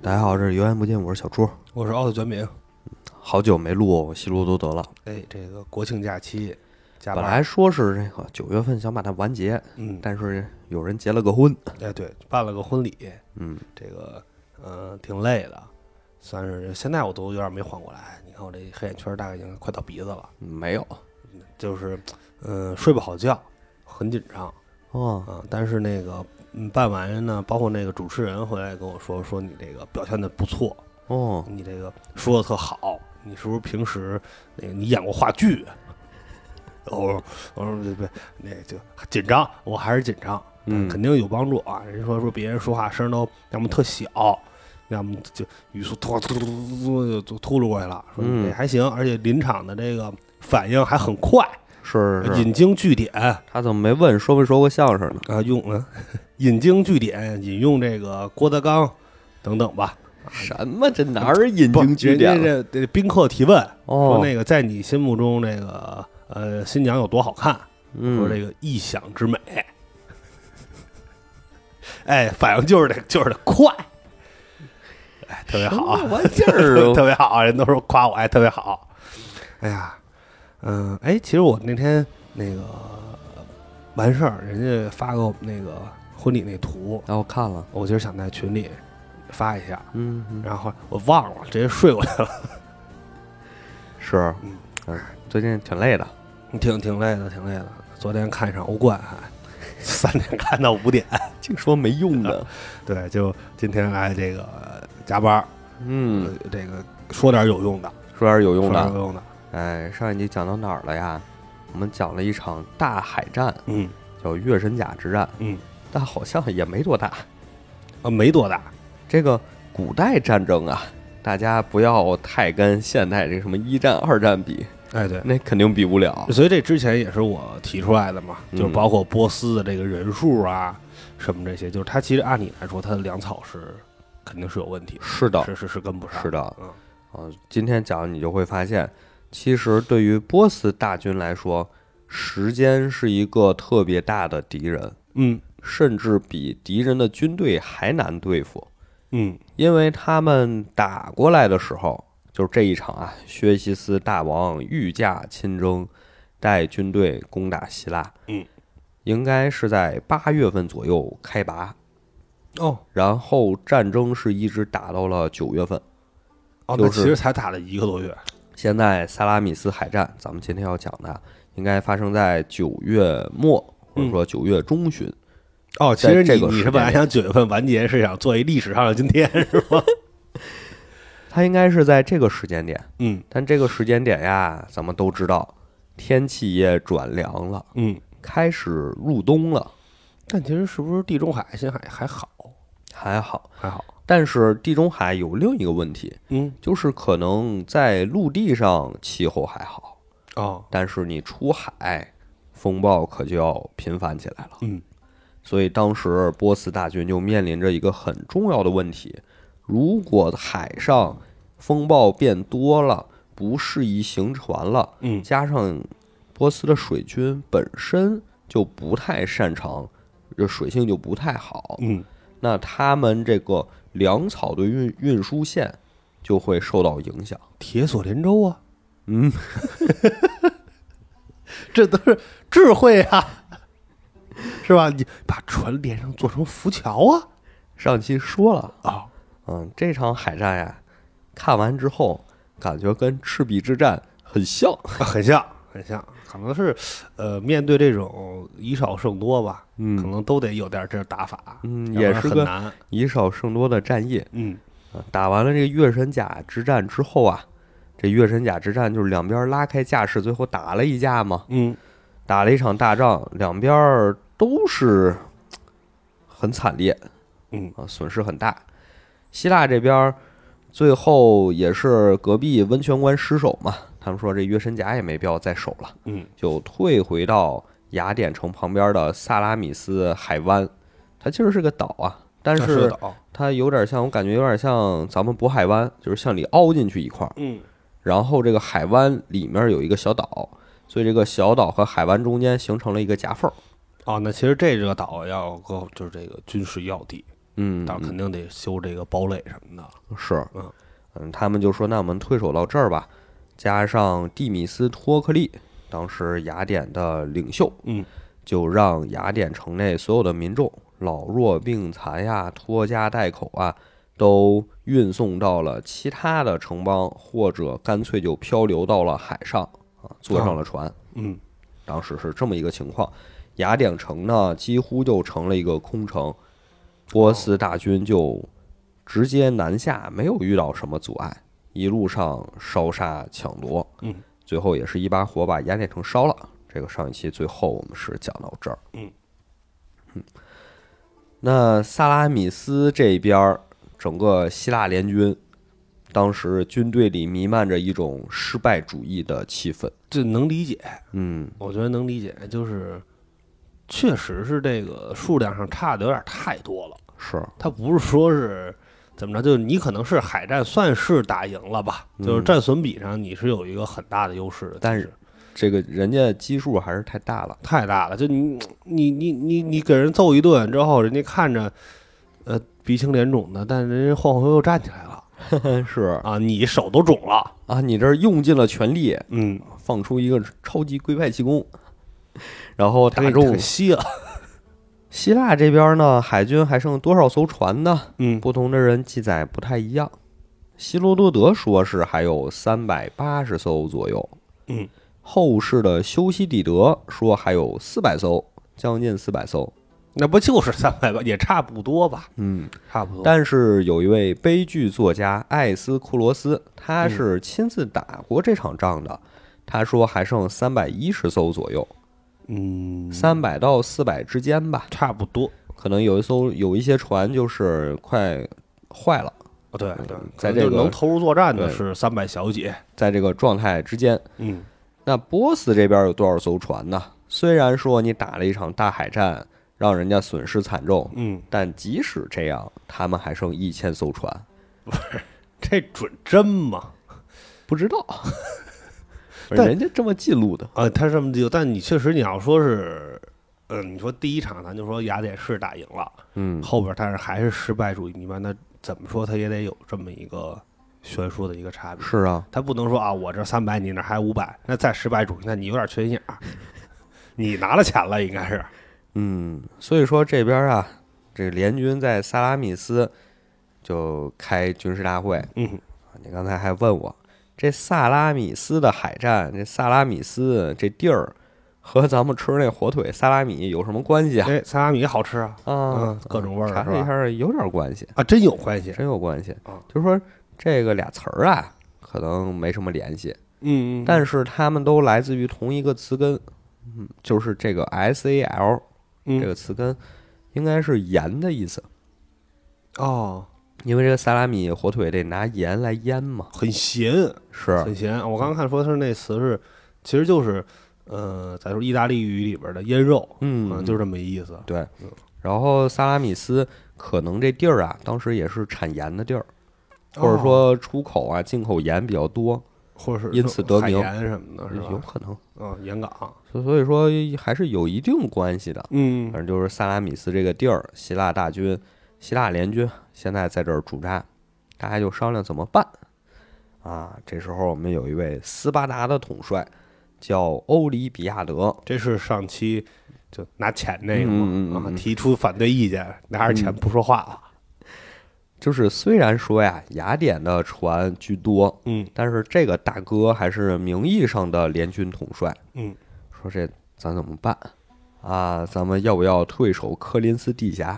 大家好，这是油盐不进，我是小朱， 我是奥特卷饼。 好久没录西路都得了。 这个国庆假期加班， 本来说是这个9月份想把它完结，但是有人结了个婚， 对，办了个婚礼，这个挺累的，算是现在我都有点没缓过来。你看我这黑眼圈大概已经快到鼻子了， 没有， 就是睡不好觉，很紧张但是那个办完呢，包括那个主持人回来跟我说你这个表现的不错你这个说的特好，你是不是平时那个你演过话剧？我说对，那就紧张，我还是紧张，肯定有帮助啊。人家说别人说话声都要么特小，要么就语速突就秃噜过去了，说你这还行，而且临场的这个反应还很快。 是引经据典， 他怎么没问说没说过相声呢？ 引经据典，引用这个郭德纲等等吧。 什么？这哪儿引经据典？ 人家这宾客提问说那个在你心目中这个新娘有多好看？说这个一想之美。反应就是得快，特别好， 玩劲儿特别好，人都说夸我特别好。其实我那天那个完事儿，人家发给我们那个婚礼那图， 然后看了， 我今儿想在群里发一下，然后我忘了，直接睡过去了。 是，最近挺累的， 挺累的。昨天看场欧冠，还3点看到5点， 净说没用的。 对，就今天来这个加班，这个说点有用的。 上一集讲到哪儿了呀？我们讲了一场大海战，叫月神甲之战，但好像也没多大， 没多大。 这个古代战争啊，大家不要太跟现代这什么1战2战比， 对， 那肯定比不了。 所以这之前也是我提出来的嘛，就是包括波斯的这个人数啊，什么这些，就是它其实按理来说，它的粮草是肯定是有问题的， 是的， 是跟不上， 是的，今天讲你就会发现。其实对于波斯大军来说，时间是一个特别大的敌人，甚至比敌人的军队还难对付，因为他们打过来的时候，就是这一场啊，薛西斯大王御驾亲征，带军队攻打希腊，应该是在8月份左右开拔，然后战争是一直打到了9月份， 那其实才打了1个多月。 现在萨拉米斯海战，咱们今天要讲的，应该发生在9月末，或者说9月中旬。 其实你是本来想9月份完结，是想做一历史上的今天，是吧？ 它应该是在这个时间点，但这个时间点呀，咱们都知道，天气也转凉了，开始入冬了。 但其实是不是地中海现在还好？ 还好。但是地中海有另一个问题，就是可能在陆地上气候还好，但是你出海，风暴可就要频繁起来了，所以当时波斯大军就面临着一个很重要的问题：如果海上风暴变多了，不适宜行船了，加上波斯的水军本身就不太擅长，这水性就不太好，那他们这个粮草的运输线就会受到影响。 铁索连舟啊，这都是智慧啊，是吧？你把船连上，做成浮桥啊。 上期说了这场海战呀，看完之后感觉跟赤壁之战很像， 很像。可能是面对这种以少胜多吧，可能都得有点这打法， 也是个以少胜多的战役。打完了这个月神甲之战之后啊，这月神甲之战就是两边拉开架势，最后打了一架嘛，打了一场大仗，两边都是很惨烈，损失很大。希腊这边最后也是隔壁温泉关失守嘛，他们说这月神甲也没必要再守了，就退回到雅典城旁边的萨拉米斯海湾。它其实是个岛啊，但是它有点像，我感觉有点像咱们渤海湾，就是向里凹进去一块，然后这个海湾里面有一个小岛，所以这个小岛和海湾中间形成了一个夹缝。 那其实这个岛要就是这个军事要地， 但肯定得修这个堡垒什么的。 是，他们就说那我们退守到这儿吧，加上蒂米斯托克利，当时雅典的领袖，就让雅典城内所有的民众，老弱病残呀、拖家带口啊，都运送到了其他的城邦，或者干脆就漂流到了海上啊，坐上了船。当时是这么一个情况。雅典城呢，几乎就成了一个空城，波斯大军就直接南下，没有遇到什么阻碍，一路上烧杀抢夺，最后也是一把火把雅典城烧了。这个上一期最后我们是讲到这儿。那萨拉米斯这边整个希腊联军，当时军队里弥漫着一种失败主义的气氛， 这能理解。我觉得能理解，就是确实是这个数量上差的有点太多了。 是， 他不是说是怎么着，就是你可能是海战算是打赢了吧，就是战损比上你是有一个很大的优势的， 但是这个人家基数还是太大了， 太大了。就你给人揍一顿之后，人家看着鼻青脸肿的，但人家晃晃悠悠站起来了。 是啊，你手都肿了啊，你这用尽了全力，放出一个超级龟派气功，然后打中稀了。 希腊这边呢，海军还剩多少艘船呢？不同的人记载不太一样。希罗多德说是还有380艘左右，后世的修昔底德说还有400艘，将近400艘。 那不就是300吧，也差不多吧。差不多。 但是有一位悲剧作家艾斯库罗斯，他是亲自打过这场仗的，他说还剩310艘左右。300到400之间吧， 差不多。 可能有一些船就是快坏了。 对， 在这个能投入作战的是300小几， 在这个状态之间。那波斯这边有多少艘船呢？虽然说你打了一场大海战，让人家损失惨重，但即使这样，他们还剩1000艘船。 不是，这准真吗？ 不知道。人家这么记录的啊，他这么记录，但你确实你要说是，你说第一场咱就说雅典是打赢了，后边但是还是失败主义弥漫，那怎么说他也得有这么一个悬殊的一个差别。 是啊， 他不能说啊，我这300，你那还500，那再失败主义，那你有点缺心眼儿，你拿了钱了应该是。 所以说这边啊，这个联军在萨拉米斯就开军事大会。你刚才还问我。这萨拉米斯的海战，这萨拉米斯这地儿和咱们吃那火腿萨拉米有什么关系啊？ 萨拉米好吃啊，各种味儿， 查了一下有点关系啊，真有关系， 真有关系啊。就是说这个俩词儿啊，可能没什么联系，但是他们都来自于同一个词根，就是这个 SAL 这个词根应该是盐的意思。因为这个萨拉米火腿得拿盐来腌嘛， 很咸， 是很咸。我刚刚看说是那词是，其实就是咱说意大利语里边的腌肉，就是这么一意思。 对，然后萨拉米斯可能这地儿啊，当时也是产盐的地儿，或者说出口啊、进口盐比较多， 或者是因此得名海盐什么的，是吧？ 有可能， 盐港， 所以说还是有一定关系的。反正就是萨拉米斯这个地儿，希腊大军。希腊联军现在在这儿驻扎，大家就商量怎么办啊？这时候我们有一位斯巴达的统帅叫欧里比亚德， 这是上期就拿钱那个嘛，提出反对意见，拿着钱不说话了。 就是虽然说呀，雅典的船居多，但是这个大哥还是名义上的联军统帅。说这咱怎么办啊？咱们要不要退守科林斯地峡？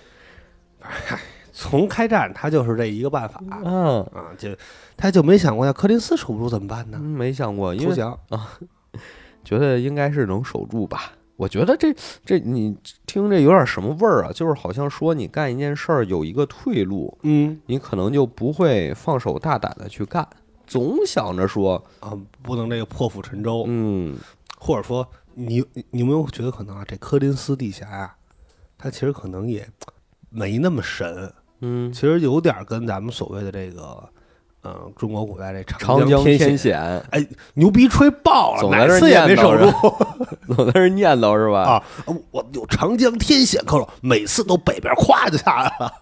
从开战他就是这一个办法，他就没想过要柯林斯守不住怎么办呢？ 没想过，因为投降觉得应该是能守住吧。我觉得这你听着有点什么味儿啊？就是好像说你干一件事儿有一个退路，你可能就不会放手大胆的去干，总想着说不能这个破釜沉舟，或者说你有没有觉得可能啊，这柯林斯地峡呀，它其实可能也没那么神，其实有点跟咱们所谓的这个，中国古代这长江天险， 哎，牛逼吹爆了，哪次也没守住， 总在这念叨是吧？ 我有长江天险，可是每次都北边咵就下来了。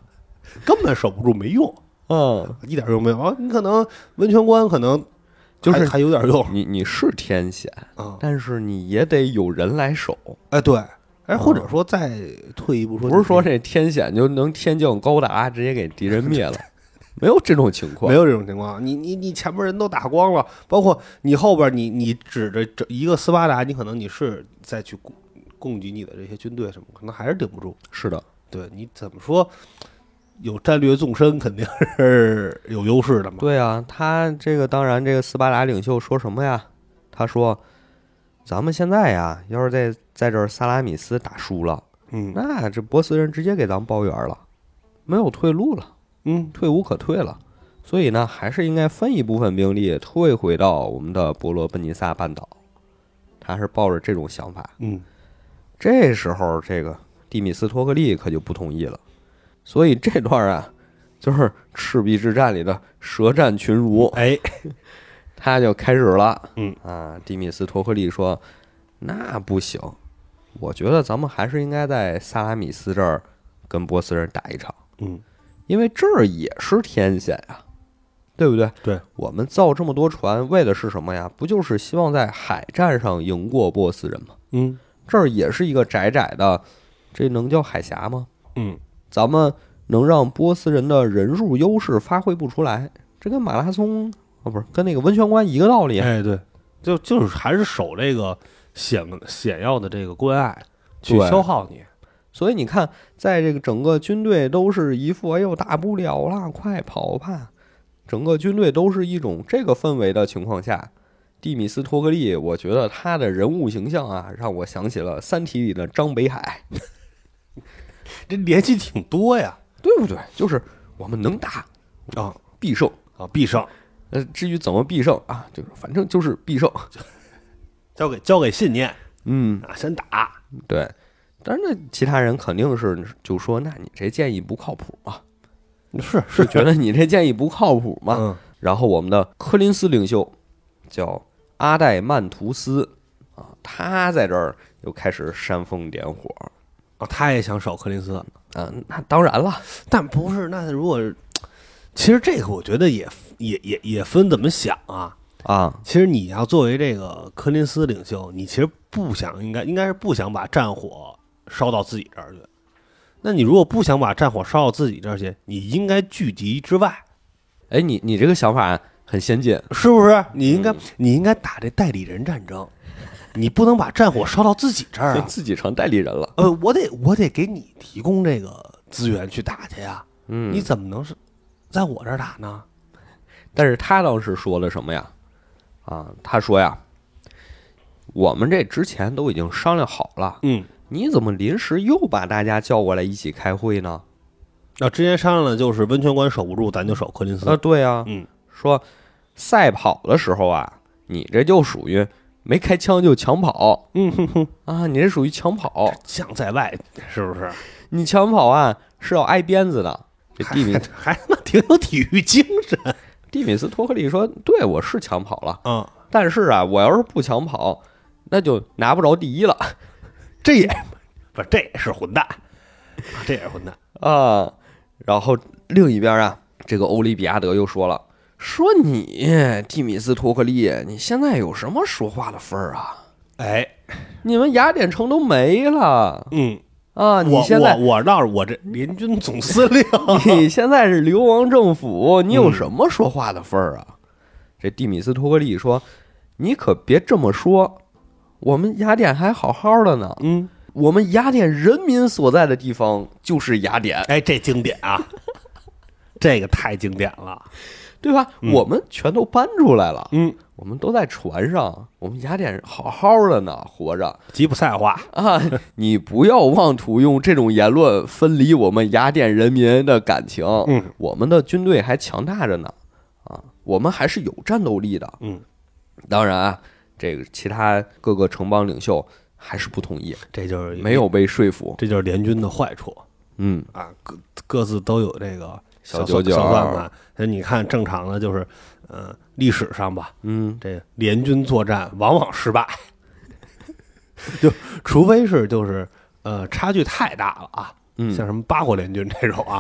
根本守不住，没用，一点用没有啊！你可能温泉关可能就是还有点用， 你是天险但是你也得有人来守， 哎，对，哎，或者说再退一步说， 不是说这天险就能天降高达直接给敌人灭了。没有这种情况， 没有这种情况。你前面人都打光了，包括你后边你指着一个斯巴达，你可能你是再去供给你的这些军队什么，可能还是顶不住。 是的， 对，你怎么说有战略纵深肯定是有优势的嘛。 对啊，他这个当然这个斯巴达领袖说什么呀？他说咱们现在呀要是在这儿萨拉米斯打输了，那这波斯人直接给咱们包圆了，没有退路了。退无可退了，所以呢，还是应该分一部分兵力退回到我们的伯罗奔尼撒半岛。他是抱着这种想法。这时候这个蒂米斯托克利可就不同意了，所以这段啊，就是赤壁之战里的舌战群儒。 哎， 他就开始了。蒂米斯托克利说：“那不行，我觉得咱们还是应该在萨拉米斯这儿跟波斯人打一场。”因为这儿也是天险呀，对不对？ 对， 我们造这么多船，为的是什么呀？不就是希望在海战上赢过波斯人吗？这儿也是一个窄窄的，这能叫海峡吗？咱们能让波斯人的人数优势发挥不出来，这跟马拉松不是跟那个温泉关一个道理。 哎，对，就是还是守这个险要的这个关隘去消耗你。 所以你看，在这个整个军队都是一副哎呦打不了了，快跑吧！整个军队都是一种这个氛围的情况下，蒂米斯托克利，我觉得他的人物形象啊，让我想起了《三体》里的张北海。 这联系挺多呀， 对不对？就是我们能打啊，必胜啊，必胜。 至于怎么必胜啊，就是反正就是必胜， 交给信念。先打。 对。但是那其他人肯定是就说，那你这建议不靠谱嘛？ 是觉得你这建议不靠谱嘛？然后我们的科林斯领袖叫阿代曼图斯啊，他在这儿又开始煽风点火他也想守科林斯那当然了， 但不是那如果其实这个我觉得也分怎么想啊。其实你要作为这个科林斯领袖，你其实不想应该是不想把战火烧到自己这儿去。那你如果不想把战火烧到自己这儿去，你应该拒敌之外。 哎，你这个想法很先进， 是不是？你应该打这代理人战争，你不能把战火烧到自己这儿自己成代理人了。 我得给你提供这个资源去打去呀。你怎么能是在我这儿打呢？ 但是他当时说了什么呀？他说呀，我们这之前都已经商量好了。你怎么临时又把大家叫过来一起开会呢？ 之前商量的就是温泉关守不住，咱就守柯林斯。 对啊。说赛跑的时候啊，你这就属于没开枪就抢跑。你这属于抢跑， 将在外，是不是？ 你抢跑啊是要挨鞭子的。这蒂米还他妈挺有体育精神。 蒂米斯托克利说：“对，我是抢跑了，但是啊，我要是不抢跑，那就拿不着第一了。 这也是混蛋，这也是混蛋啊。”然后另一边啊，这个欧利比亚德又说了：“说你蒂米斯托克利，你现在有什么说话的份儿啊？ 哎， 你们雅典城都没了。你现在我倒是我这联军总司令， 你现在是流亡政府，你有什么说话的份儿啊？”这蒂米斯托克利说：“你可别这么说，我们雅典还好好的呢。我们雅典人民所在的地方就是雅典。” 哎，这经典啊，这个太经典了， 对吧？我们全都搬出来了。我们都在船上，我们雅典好好的呢，活着。 吉普赛话啊！你不要妄图用这种言论分离我们雅典人民的感情。我们的军队还强大着呢，我们还是有战斗力的。当然啊，这个其他各个城邦领袖还是不同意， 这就是没有被说服， 这就是联军的坏处。各自都有这个小九九小算盘。那你看正常的就是历史上吧，这联军作战往往失败，就除非是就是差距太大了啊，像什么八国联军这种啊，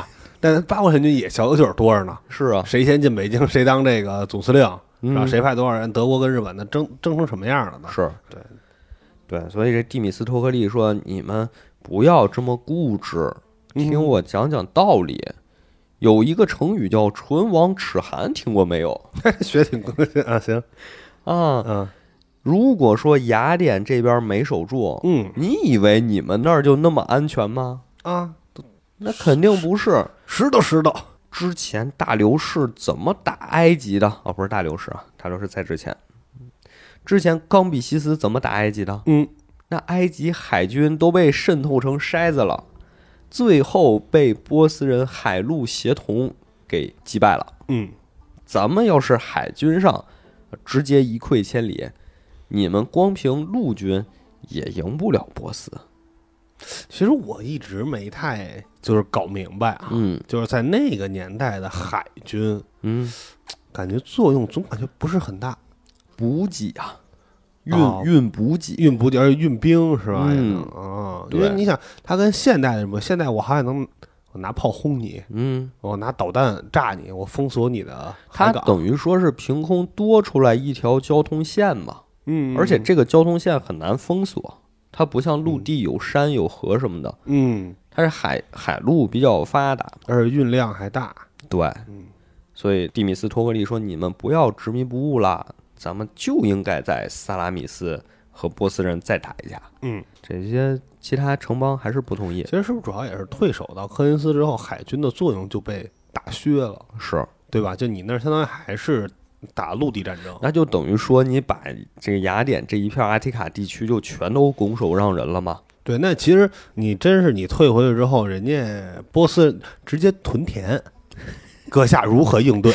但八国联军也小九九多着呢。 是啊， 谁先进北京，谁当这个总司令，是吧？谁派多少人？德国跟日本的争成什么样了呢？ 是，对，所以这蒂米斯托克利说：“你们不要这么固执，听我讲讲道理。有一个成语叫‘唇亡齿寒’，听过没有？ 学挺高兴啊，行啊，如果说雅典这边没守住，你以为你们那儿就那么安全吗？啊，那肯定不是。 石头。 之前大流士怎么打埃及的？不是大流士啊，大流士在之前。之前冈比西斯怎么打埃及的？那埃及海军都被渗透成筛子了。”最后被波斯人海陆协同给击败了。咱们要是海军上直接一溃千里，你们光凭陆军也赢不了波斯。 其实我一直没太就是搞明白啊，就是在那个年代的海军，感觉作用总感觉不是很大， 补给啊。运补给， 而且运兵是吧？因为你想，它跟现代的什么？现代我还能拿炮轰你，我拿导弹炸你，我封锁你的海港。 它等于说是凭空多出来一条交通线嘛，而且这个交通线很难封锁，它不像陆地有山有河什么的，它是海路比较发达， 而且运量还大， 对，所以蒂米斯托克利说：“你们不要执迷不悟啦。”咱们就应该在萨拉米斯和波斯人再打一架。这些其他城邦还是不同意。 其实是不是主要也是退守到科林斯之后，海军的作用就被打削了， 是对吧？就你那相当于还是打陆地战争， 那就等于说你把这个雅典这一片阿提卡地区就全都拱手让人了吗？ 对，那其实你真是你退回去之后，人家波斯直接屯田，阁下如何应对？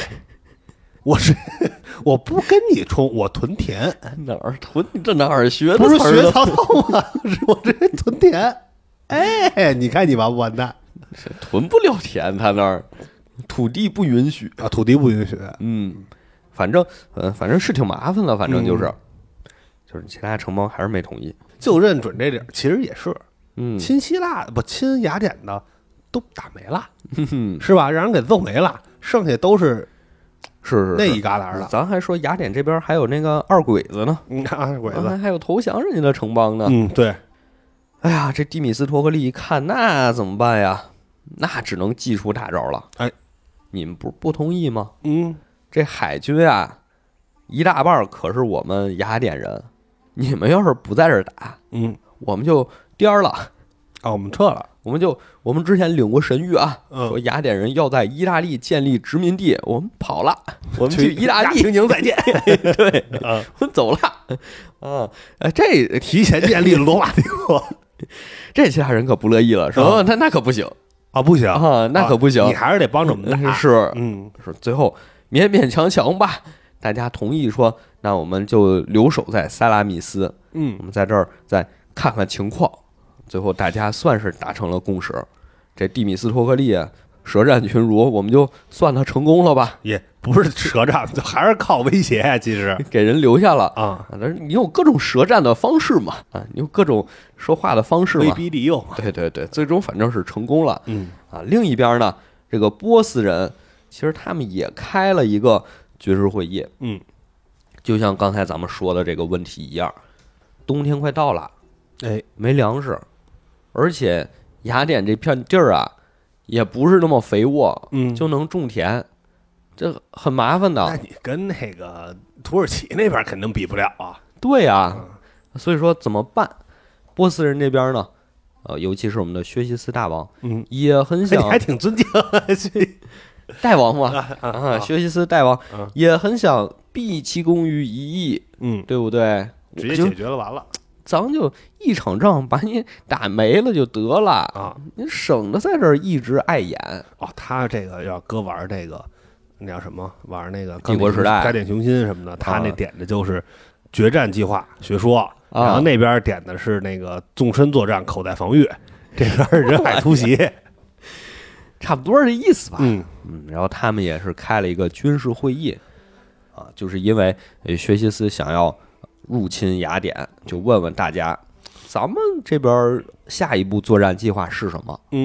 我不跟你冲，我屯田。 哪儿屯？你这哪儿学的？ 不是学曹操吗？是我这屯田。哎，你看你完不完蛋？ 屯不了田，他那儿土地不允许啊，土地不允许。 反正是挺麻烦的，反正就是其他城邦还是没同意， 就认准这点。其实也是，亲希腊不亲雅典的都打没了，是吧？让人给揍没了，剩下都是。 是那一旮旯的， 咱还说雅典这边还有那个二鬼子呢， 二鬼子还有投降人家的城邦呢。 对。 哎呀，这蒂米斯托克利一看，那怎么办呀？那只能祭出大招了。 哎， 你们不同意吗？这海军啊，一大半可是我们雅典人，你们要是不在这儿打，我们就颠了。 我们撤了。 我们之前领过神谕啊，说雅典人要在意大利建立殖民地，我们跑了，我们去意大利， 平宁再见。 对，我们走了。这提前建立了罗马帝国， 这其他人可不乐意了，说那可不行啊，不行啊，那可不行， 你还是得帮着我们打。 是，说最后勉勉强强吧，大家同意说，那我们就留守在萨拉米斯，我们在这儿再看看情况。最后大家算是达成了共识，这蒂米斯托克利舌战群儒，我们就算他成功了吧？ 也不是舌战，还是靠威胁，其实给人留下了啊。你有各种舌战的方式嘛？你有各种说话的方式嘛？ 威逼利诱。 对，最终反正是成功了。另一边呢，这个波斯人其实他们也开了一个军事会议。就像刚才咱们说的这个问题一样，冬天快到了，没粮食。而且雅典这片地儿啊，也不是那么肥沃，就能种田，这很麻烦的。 那你跟那个土耳其那边肯定比不了啊。 对啊，所以说怎么办？波斯人这边呢，尤其是我们的薛西斯大王，也很想， 你还挺尊敬大王嘛，薛西斯大王也很想毕其功于一役，对不对？ 直接解决了，完了。 咱就一场仗把你打没了就得了啊！你省得在这儿一直碍眼他这个要搁玩这个，那叫什么？玩那个帝国时代、 雅典雄心什么的，他那点的就是决战计划学说，然后那边点的是那个纵深作战、口袋防御，这边人海突袭， 差不多这意思吧。然后他们也是开了一个军事会议就是因为薛西斯想要入侵雅典，就问问大家，咱们这边下一步作战计划是什么？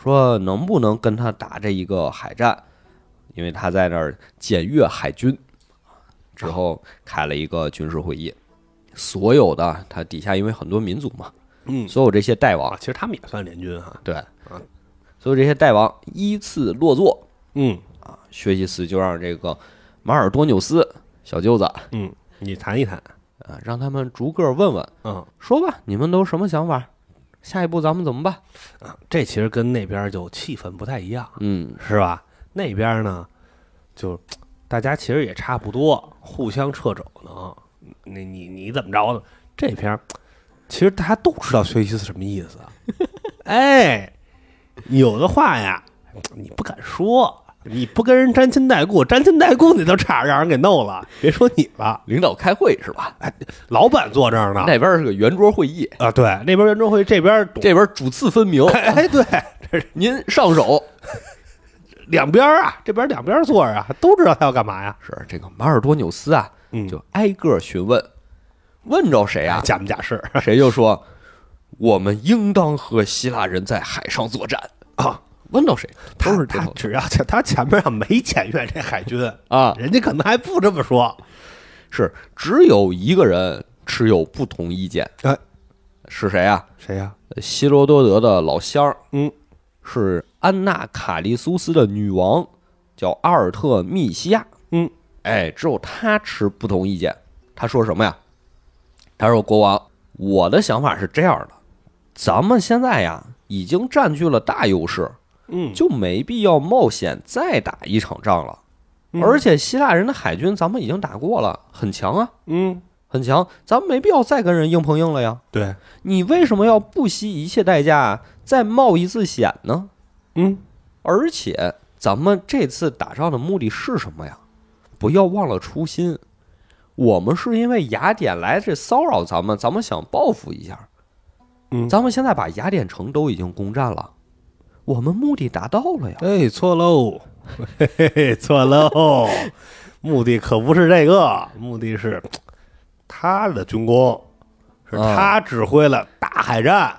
说能不能跟他打这一个海战，因为他在那儿检阅海军。之后开了一个军事会议，所有的他底下因为很多民族嘛，所有这些代王， 其实他们也算联军哈， 对，所有这些代王依次落座，薛西斯就让这个马尔多纽斯小舅子， 你谈一谈啊，让他们逐个问问，说吧，你们都什么想法？下一步咱们怎么办？ 这其实跟那边就气氛不太一样，是吧？那边呢，就大家其实也差不多，互相掣肘呢。你怎么着呢？这边其实大家都知道薛西斯什么意思，哎，有的话呀，你不敢说，你不跟人沾亲带故，沾亲带故你都差点让人给弄了，别说你了。 领导开会是吧？ 哎，老板坐这儿呢， 那边是个圆桌会议啊，对，那边圆桌会议，这边主次分明。 哎，对， 您上手。 两边啊，这边两边坐着啊，都知道他要干嘛呀？ 是这个马尔多纽斯啊，就挨个询问，问着谁啊？ 假模假式， 谁就说我们应当和希腊人在海上作战啊。问到谁都是这他只要他前面上没检阅这海军啊， 人家可能还不这么说。 是只有一个人持有不同意见，是谁啊？ 谁呀？ 希罗多德的老乡儿，是安娜卡利苏斯的女王，叫阿尔特密西亚。只有他持不同意见。他说什么呀？他说：“国王，我的想法是这样的，咱们现在呀已经占据了大优势，就没必要冒险再打一场仗了。而且希腊人的海军咱们已经打过了，很强啊，很强，咱们没必要再跟人硬碰硬了呀。 对， 你为什么要不惜一切代价再冒一次险呢？而且咱们这次打仗的目的是什么呀？不要忘了初心，我们是因为雅典来这骚扰咱们想报复一下。咱们现在把雅典城都已经攻占了，我们目的达到了呀。 哎，错喽，嘿嘿嘿，错喽，目的可不是这个，目的是他的军功，是他指挥了大海战。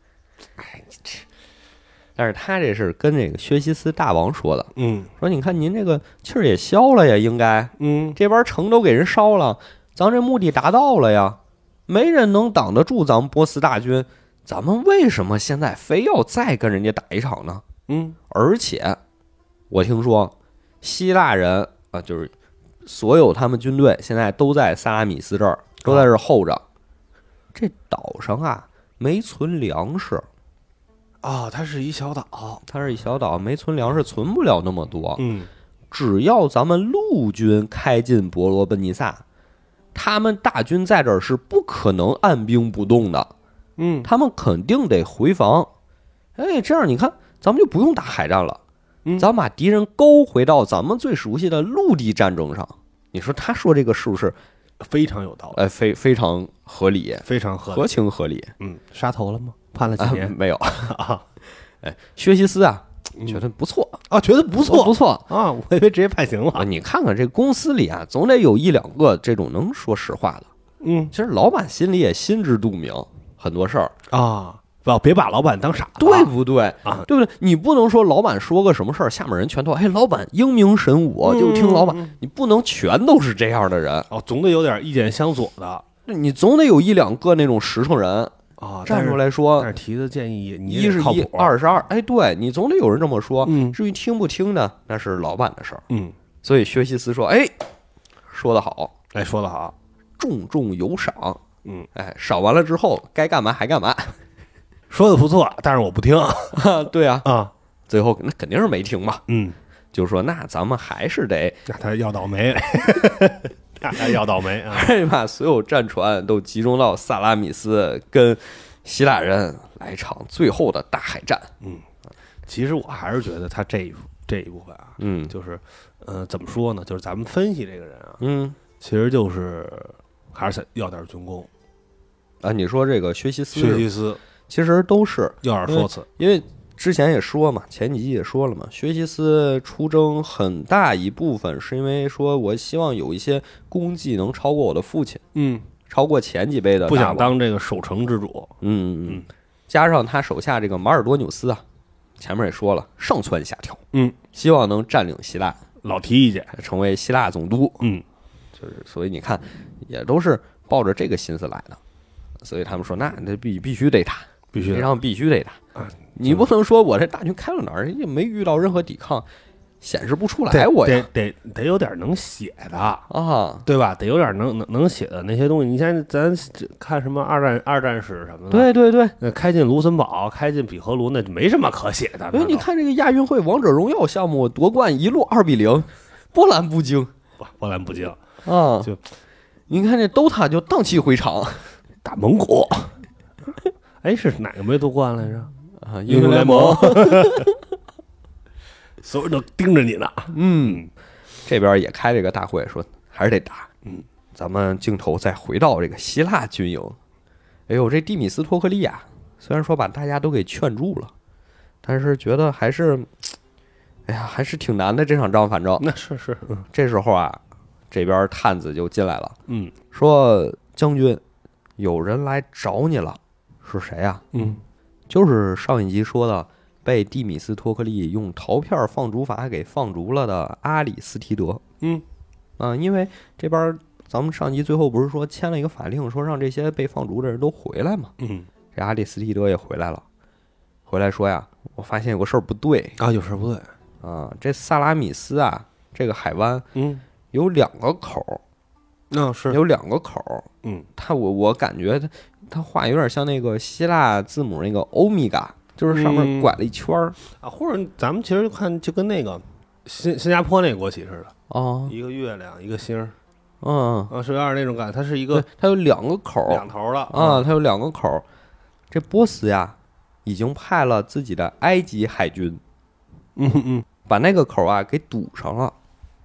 但是他这是跟这个薛西斯大王说的，说你看您这个气儿也消了呀，应该，这边城都给人烧了，咱这目的达到了呀，没人能挡得住咱们波斯大军，咱们为什么现在非要再跟人家打一场呢？而且我听说希腊人啊，就是所有他们军队现在都在萨拉米斯这儿，都在这儿候着，这岛上啊没存粮食。 它是一小岛， 没存粮食，存不了那么多。只要咱们陆军开进伯罗奔尼撒，他们大军在这儿是不可能按兵不动的。他们肯定得回防。这样你看，咱们就不用打海战了，咱们把敌人勾回到咱们最熟悉的陆地战争上。你说他说这个是不是非常有道理？ 非常合理， 非常合理， 合情合理。 杀头了吗？判了几年？ 没有。薛西斯啊，觉得不错啊，觉得不错， 不错啊，我以为直接判刑了。 你看看这公司里啊，总得有一两个这种能说实话的。其实老板心里也心知肚明，很多事儿啊，别把老板当傻子， 对不对啊？ 对不对？你不能说老板说个什么事儿，下面人全都老板英明神武，就听老板。你不能全都是这样的人总得有点意见相左的， 你总得有一两个那种实诚人。站出来说， 但是提的建议你一是一，二是二，对你总得有人这么说。至于听不听呢，那是老板的事儿。所以薛西斯说，说得好， 说得好， 重重有赏。赏完了之后该干嘛还干嘛， 说的不错，但是我不听。 对啊，最后那肯定是没听嘛。就说那咱们还是得让他要倒霉。要倒霉啊！ 把所有战船都集中到萨拉米斯，跟希腊人来一场最后的大海战。 其实我还是觉得他这一部分啊，就是怎么说呢？就是咱们分析这个人啊，其实就是还是要点军功啊。你说这个薛西斯其实都是要点说辞， 因为之前也说嘛，前几集也说了嘛，薛西斯出征很大一部分是因为说我希望有一些功绩能超过我的父亲，超过前几辈的， 不想当这个守城之主， 加上他手下这个马尔多纽斯啊， 前面也说了，上蹿下跳，希望能占领希腊， 老提意见， 成为希腊总督，就是所以你看，也都是抱着这个心思来的，所以他们说，那必须得打，必须得打啊！你不能说我这大军开到哪儿，也没遇到任何抵抗。显示不出来，我呀得有点能写的啊， 对吧？得有点能写的那些东西。你像咱看什么二战史什么的，对， 那开进卢森堡，开进比荷卢，那就没什么可写的。 因为你看这个亚运会王者荣耀项目夺冠一路2-0，波澜不惊啊！ 就你看这 DOTA 就荡气回肠， 打蒙古。哎，是哪个没夺冠来着？ 啊，英雄联盟。 所有人都盯着你呢。 这边也开这个大会，说还是得打。咱们镜头再回到这个希腊军营。哎呦，这蒂米斯托克利亚虽然说把大家都给劝住了，但是觉得还是，哎呀，还是挺难的这场仗。反正那是， 这时候啊，这边探子就进来了。说将军，有人来找你了。是谁啊？就是上一集说的。被蒂米斯托克利用陶片放逐法给放逐了的阿里斯提德。因为这边咱们上集最后不是说签了一个法令，说让这些被放逐的人都回来嘛。这阿里斯提德也回来了，回来说呀，我发现有个事儿不对啊，有事不对啊。这萨拉米斯啊，这个海湾，有2个口， 是有2个口。我感觉他画有点像那个希腊字母那个欧米伽。就是上面拐了一圈啊，或者咱们其实看就跟那个新加坡那个国旗似的哦， 一个月亮一个星，是有点那种感觉。它是一个， 它有2个口 ，2头的啊，它有2个口。这波斯呀，已经派了自己的埃及海军，把那个口啊给堵上了。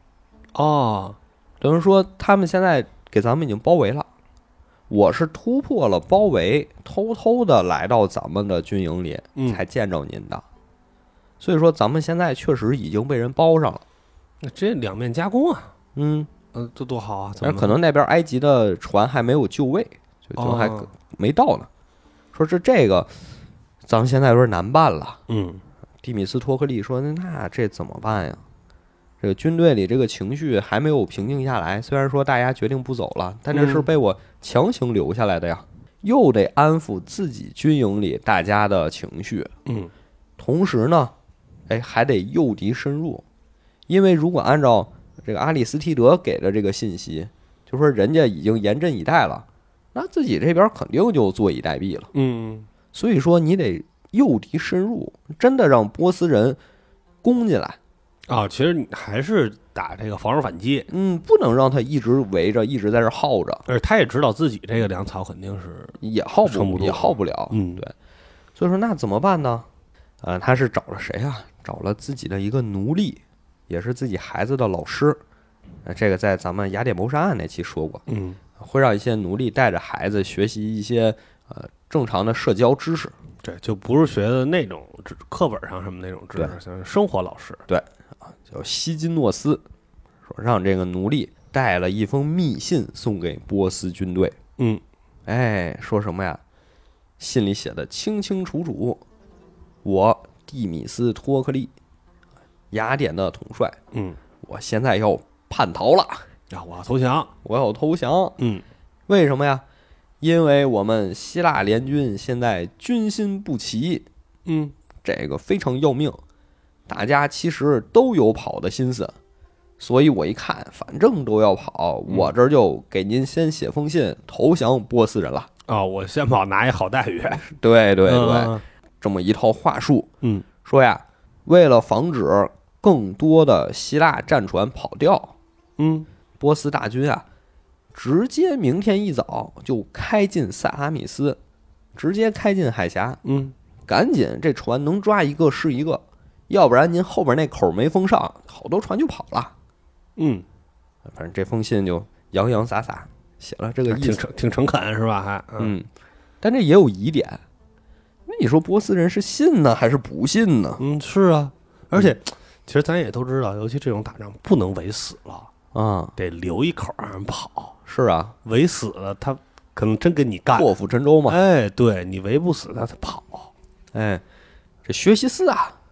等于说他们现在给咱们已经包围了。我是突破了包围，偷偷的来到咱们的军营里，才见着您的。所以说，咱们现在确实已经被人包上了。 这两面夹攻啊，这多好啊！ 但是可能那边埃及的船还没有就位，就还没到呢。说这个，咱们现在有点难办了。蒂米斯托克利说：“那这怎么办呀？这个军队里这个情绪还没有平静下来。虽然说大家决定不走了，但这是被我强行留下来的呀。又得安抚自己军营里大家的情绪，同时呢，还得诱敌深入。因为如果按照这个阿里斯提德给的这个信息，就说人家已经严阵以待了，那自己这边肯定就坐以待毙了。所以说你得诱敌深入，真的让波斯人攻进来。” 其实你还是打这个防守反击， 不能让他一直围着，一直在这耗着。 而且他也知道自己这个粮草肯定是也耗不了。对。所以说那怎么办呢？他是找了谁啊？找了自己的一个奴隶，也是自己孩子的老师。这个在咱们雅典谋杀案那期说过。会让一些奴隶带着孩子学习一些正常的社交知识。 对，就不是学的那种课本上什么那种知识，像生活老师。 对。叫希金诺斯，说让这个奴隶带了一封密信送给波斯军队。说什么呀？信里写的清清楚楚，我蒂米斯托克利，雅典的统帅，我现在要叛逃了， 我要投降， 我要投降。为什么呀？因为我们希腊联军现在军心不齐，这个非常要命。大家其实都有跑的心思，所以我一看，反正都要跑，我这就给您先写封信投降波斯人了。 我先跑拿一好待遇。 对，这么一套话术。说呀，为了防止更多的希腊战船跑掉，波斯大军啊，直接明天一早就开进萨拉米斯，直接开进海峡。赶紧这船能抓一个是一个。要不然您后边那口没封上，好多船就跑了。反正这封信就洋洋洒洒写了这个意思， 挺诚恳是吧？还但这也有疑点。那你说波斯人是信呢还是不信呢？ 是啊，而且其实咱也都知道，尤其这种打仗不能围死了得留一口让人跑。 是啊， 围死了他可能真跟你干， 破釜沉舟嘛。 对，你围不死他跑。 这学习斯啊，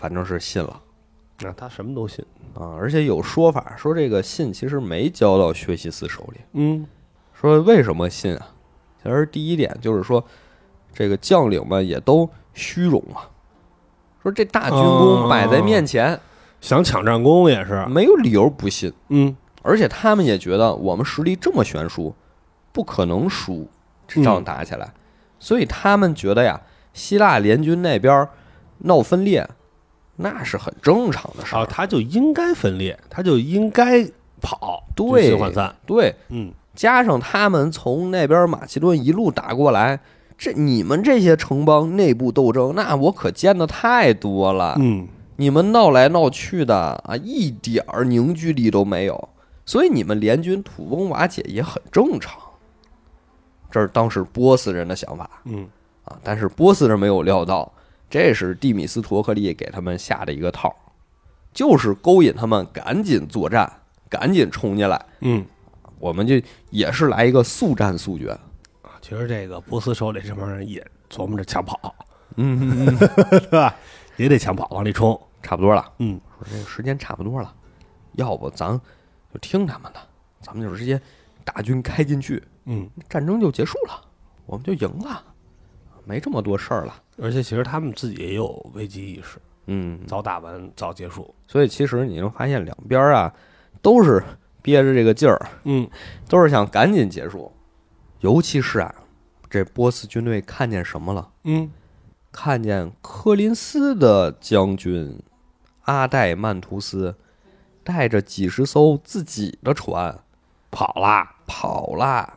反正是信了。 那他什么都信啊，而且有说法说这个信其实没交到薛西斯手里。说为什么信啊？其实第一点就是说，这个将领们也都虚荣嘛。说这大军功摆在面前， 想抢战功也是没有理由不信。而且他们也觉得我们实力这么悬殊，不可能输，这仗打起来。所以他们觉得呀，希腊联军那边闹分裂，那是很正常的事儿。 他就应该分裂，他就应该跑， 对， 军心涣散。 对，加上他们从那边马其顿一路打过来，这你们这些城邦内部斗争，那我可见的太多了。你们闹来闹去的啊，一点凝聚力都没有，所以你们联军土崩瓦解也很正常。这是当时波斯人的想法。但是波斯人没有料到，这是蒂米斯托克利给他们下的一个套，就是勾引他们赶紧作战，赶紧冲进来。我们就也是来一个速战速决。 其实这个波斯手里这帮人也琢磨着抢跑，对吧？也得抢跑，往里冲， 差不多了。说这个时间差不多了，要不咱就听他们的，咱们就直接大军开进去，战争就结束了，我们就赢了，没这么多事儿了。 而且其实他们自己也有危机意识，早打完早结束。 所以其实你能发现两边啊都是憋着这个劲儿，都是想赶紧结束。尤其是啊，这波斯军队看见什么了？看见科林斯的将军阿代曼图斯带着几十艘自己的船跑啦！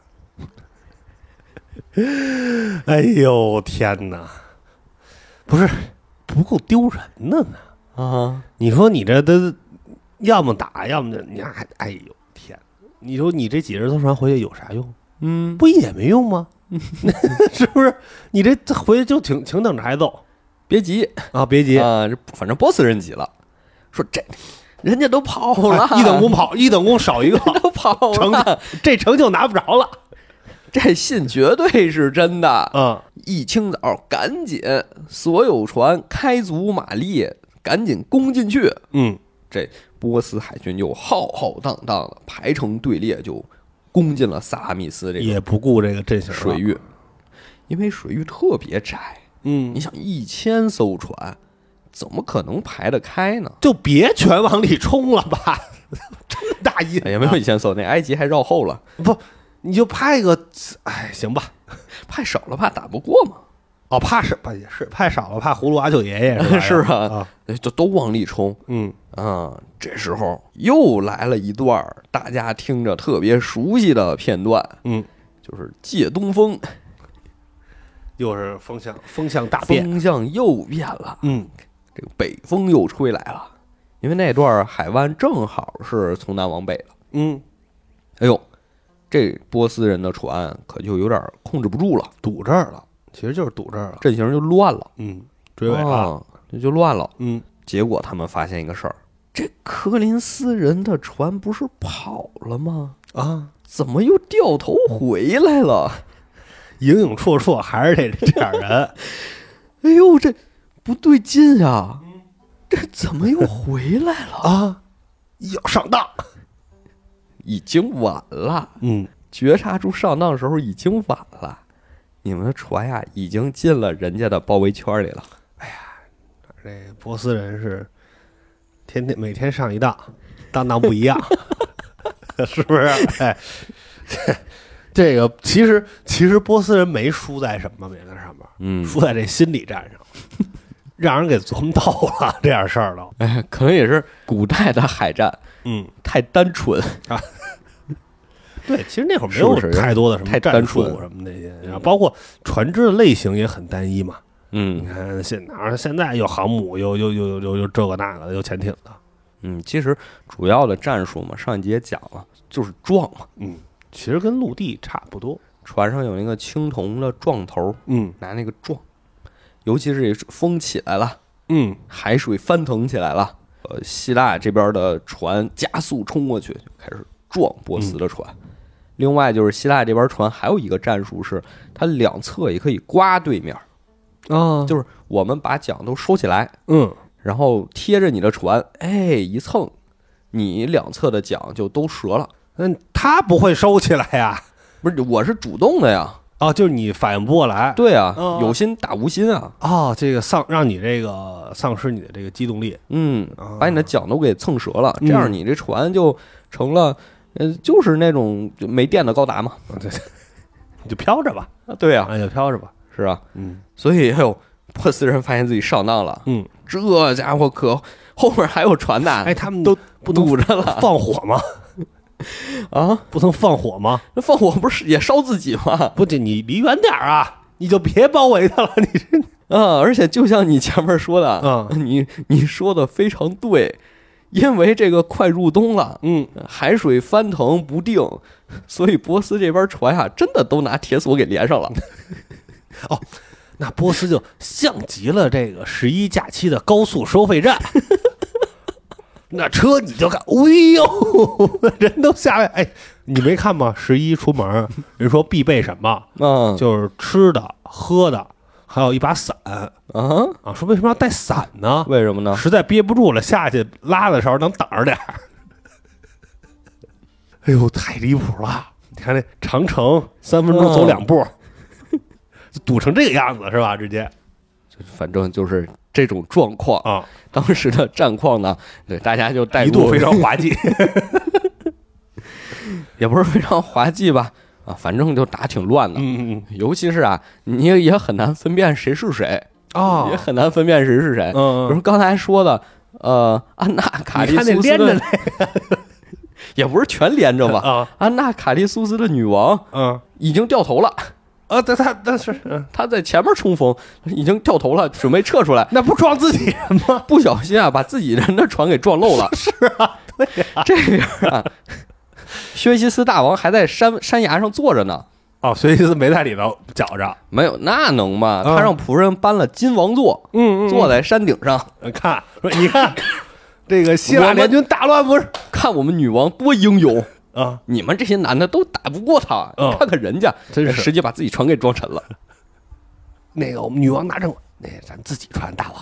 哎呦天哪！不是不够丢人的呢你说你这都要么打，要么你还哎呦天！你说你这几十艘船回去有啥用？不也没用吗？是不是？你这回去就请等着挨揍。 别急啊，别急啊！反正波斯人急了，说这人家都跑了， 一等功跑，一等功少一个， 都跑了， 这成就拿不着了。 这信绝对是真的。一清早赶紧所有船开足马力，赶紧攻进去。这波斯海军就浩浩荡荡的排成队列，就攻进了萨拉密斯这个， 也不顾这个阵型水域，因为水域特别窄。你想1000艘船，怎么可能排得开呢？ 就别全往里冲了吧，这么大瘾。 也没有1000艘，那埃及还绕后了。 不，你就派个，行吧， 派少了怕打不过嘛。 怕是吧，也是派少了怕葫芦娃救爷爷是啊，就都往里冲。这时候又来了一段大家听着特别熟悉的片段。就是借东风。 又是风向大变， 风向又变了。这个北风又吹来了，因为那段海湾正好是从南往北的。哎呦，这波斯人的船可就有点控制不住了， 堵这儿了。其实就是堵这儿了， 阵型就乱了。 追尾了， 就乱了。结果他们发现一个事儿，这科林斯人的船不是跑了吗？怎么又掉头回来了？ 影影绰绰还是这点人。 哎呦，这不对劲啊！这怎么又回来了要上当， 已经晚了。觉察出上当的时候已经晚了，你们的船呀已经进了人家的包围圈里了。 哎呀，这波斯人是每天上一当，当不一样，是不是？哎。这个其实波斯人没输在什么别的上面，输在这心理战上，让人给琢磨透了这样事儿了。 可能也是古代的海战，太单纯啊。 对，其实那会儿没有太多的什么战术什么那些，然后包括船只的类型也很单一嘛。你看现在有航母，有这个那个的，有潜艇的。 其实主要的战术嘛，上一节讲了，就是撞嘛。 其实跟陆地差不多， 船上有那个青铜的撞头，拿那个撞，尤其是风起来了，海水翻腾起来了，希腊这边的船加速冲过去，就开始撞波斯的船。另外就是希腊这边船还有一个战术是，它两侧也可以刮对面，就是我们把桨都收起来， 然后贴着你的船，一蹭，你两侧的桨就都折了。 他不会收起来呀？ 不是，我是主动的呀。 哦，就是你反应不过来。 对啊，有心打无心啊。 哦，这个让你这个丧失你的这个机动力。 把你的桨都给蹭折了，这样你这船就成了，就是那种没电的高达嘛。 对，你就飘着吧。 对呀， 就飘着吧。 是吧？所以波斯人发现自己上当了。这家伙可后面还有船呢。 他们都不堵着了， 放火吗？啊，不能放火吗？ 那放火不是也烧自己吗？ 不仅你离远点啊，你就别包围他了。你是而且就像你前面说的，你说的非常对，因为这个快入冬了，海水翻腾不定，所以波斯这边船呀，真的都拿铁索给连上了。 哦，那波斯就像极了这个11假期的高速收费站。那车你就看，人都下来。你没看吗？11出门，人说必备什么？就是吃的、喝的，还有一把伞。说为什么要带伞呢？ 为什么呢？ 实在憋不住了，下去拉的时候能挡着点儿。哎呦，太离谱了！你看这长城3分钟走2步，堵成这个样子是吧？直接， 反正就是这种状况啊。当时的战况呢，对大家就带入一度非常滑稽， 也不是非常滑稽吧？反正就打挺乱的。尤其是你也很难分辨谁是谁也很难分辨谁是谁。比如刚才说的，安娜卡利苏斯的也不是全连着吧？安娜卡利苏斯的女王，已经掉头了。他在前面冲锋，已经掉头了，准备撤出来， 那不撞自己人吗？ 不小心把自己人的船给撞漏了。 是啊，对啊， 这边薛西斯大王还在山崖上坐着呢。 薛西斯没在里头搅着， 没有，那能吗？他让仆人搬了金王座，坐在山顶上， 看，说你看这个希腊联军大乱不是？ 看我们女王多英勇。 你们这些男的都打不过他，看看人家，真是直接把自己船给撞沉了。 那个我们女王拿正，那咱自己船，大王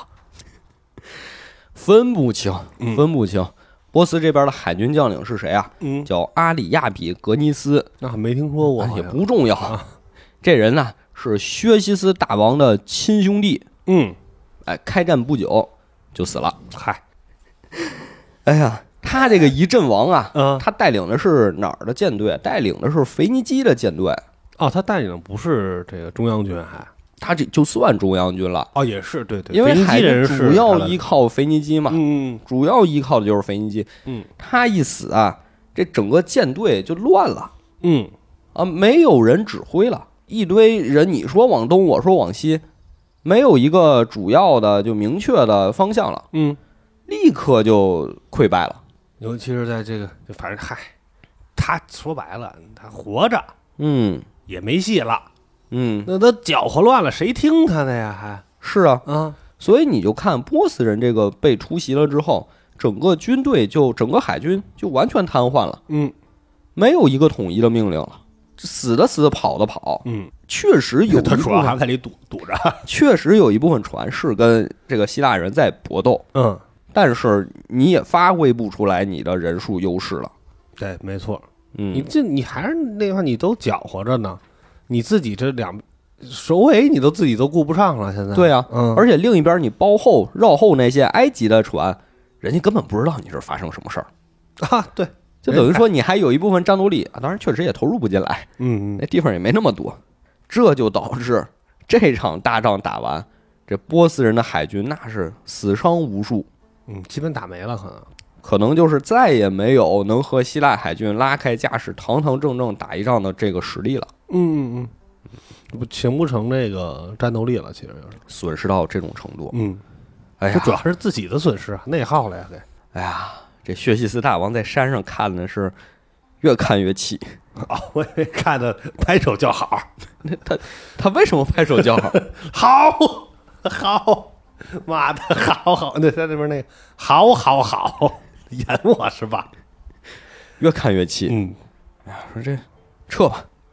分不清。波斯这边的海军将领是谁啊？叫阿里亚比格尼斯。 那没听说过， 也不重要。这人呢是薛西斯大王的亲兄弟。开战不久就死了。 嗨， 哎呀。他这个一阵亡他带领的是哪儿的舰队？带领的是腓尼基的舰队。 他带领的不是这个中央军， 他这就算中央军了。 也是对， 因为海军主要依靠腓尼基嘛，主要依靠的就是腓尼基。他一死这整个舰队就乱了。没有人指挥了，一堆人你说往东，我说往西，没有一个主要的就明确的方向了。立刻就溃败了。 尤其是在这个，反正他说白了，他活着，也没戏了，那他搅和乱了，谁听他的呀？还是所以你就看波斯人这个被突袭了之后，整个军队整个海军就完全瘫痪了，没有一个统一的命令了，死的死，跑的跑，确实有一部分主要还在里堵着， 确实有一部分船是跟这个希腊人在搏斗，但是你也发挥不出来你的人数优势了。 对，没错。你还是那话，你都搅和着呢，你自己这首尾你自己都顾不上了。现在对而且另一边你绕后那些埃及的船，人家根本不知道你是发生什么事儿对， 就等于说你还有一部分战斗力当然确实也投入不进来，那地方也没那么多，这就导致这场大仗打完，这波斯人的海军那是死伤无数。 基本打没了， 可能就是再也没有能和希腊海军拉开架势、堂堂正正打一仗的这个实力了。 不形不成这个战斗力了，其实就是损失到这种程度。 这主要是自己的损失，内耗了呀。 哎呀，这薛西斯大王在山上看的是越看越气。 我也看的拍手叫好。 他为什么拍手叫好？好。妈的，好，对，在那边那个好，演我是吧？ 越看越气。说这撤吧，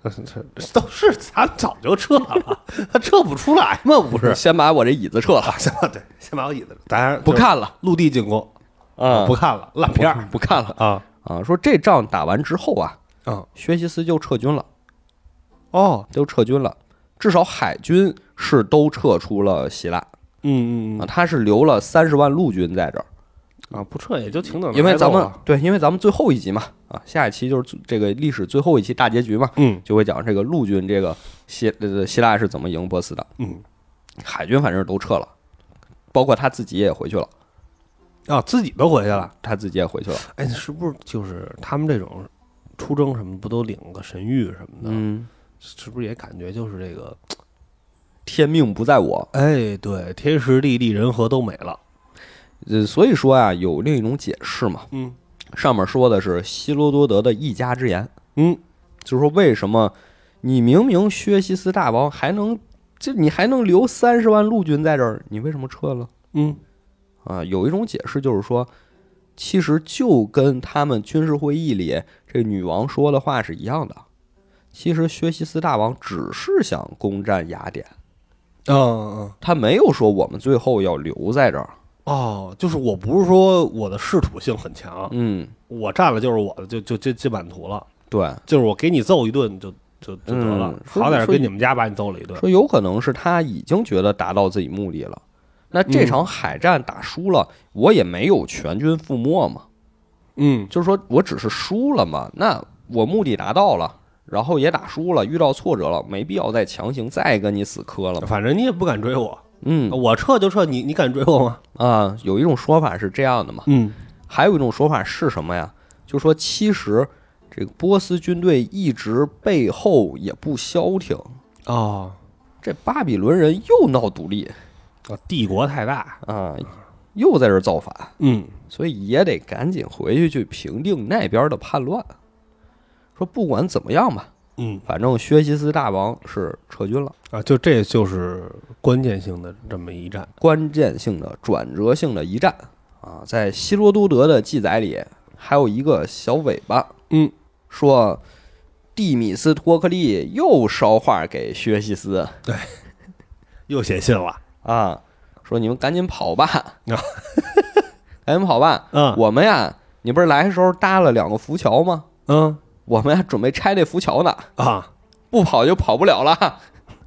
都是咱早就撤了，他撤不出来嘛，不是？ 先把我这椅子撤了， 对，先把我椅子，当然不看了， 陆地进攻不看了，烂片不看了说这仗打完之后啊，薛西斯就撤军了，都撤军了，至少海军是都撤出了希腊，他是留了30万陆军在这儿不撤也就挺等， 因为咱们最后一集嘛下一期就是这个历史最后一期大结局嘛，就会讲这个陆军这个希腊是怎么赢波斯的，海军反正都撤了，包括他自己也回去了。 自己都回去了， 他自己也回去了。 哎，是不是就是他们这种出征什么不都领个神谕什么的？是不是也感觉就是这个天命不在我？ 哎，对，天时地利人和都没了。 所以说啊，有另一种解释嘛。上面说的是希罗多德的一家之言。就是说为什么你明明薛西斯大王你还能留30万陆军在这儿，你为什么撤了？有一种解释就是说，其实就跟他们军事会议里这女王说的话是一样的。其实薛西斯大王只是想攻占雅典，他没有说我们最后要留在这儿。 就是我不是说我的仕途性很强，我占了就是我的，就进版图了。 对， 就是我给你揍一顿就得了，好歹是给你们家把你揍了一顿。 说有可能是他已经觉得达到自己目的了。那这场海战打输了，我也没有全军覆没嘛。就是说我只是输了嘛，那我目的达到了，然后也打输了，遇到挫折了，没必要再强行再跟你死磕了。 反正你也不敢追我，我撤就撤，你敢追我吗？有一种说法是这样的嘛。还有一种说法是什么呀？就说其实这个波斯军队一直背后也不消停这巴比伦人又闹独立。 帝国太大又在这造反，所以也得赶紧回去平定那边的叛乱。说不管怎么样吧，反正薛西斯大王是撤军了就这就是关键性的这么一战， 关键性的转折性的一战在希罗多德的记载里还有一个小尾巴，说蒂米斯托克利又捎话给薛西斯， 对，又写信了。 说你们赶紧跑吧，赶紧跑吧。我们呀，你不是来的时候搭了2个浮桥吗？我们呀准备拆这浮桥呢。不跑就跑不了了。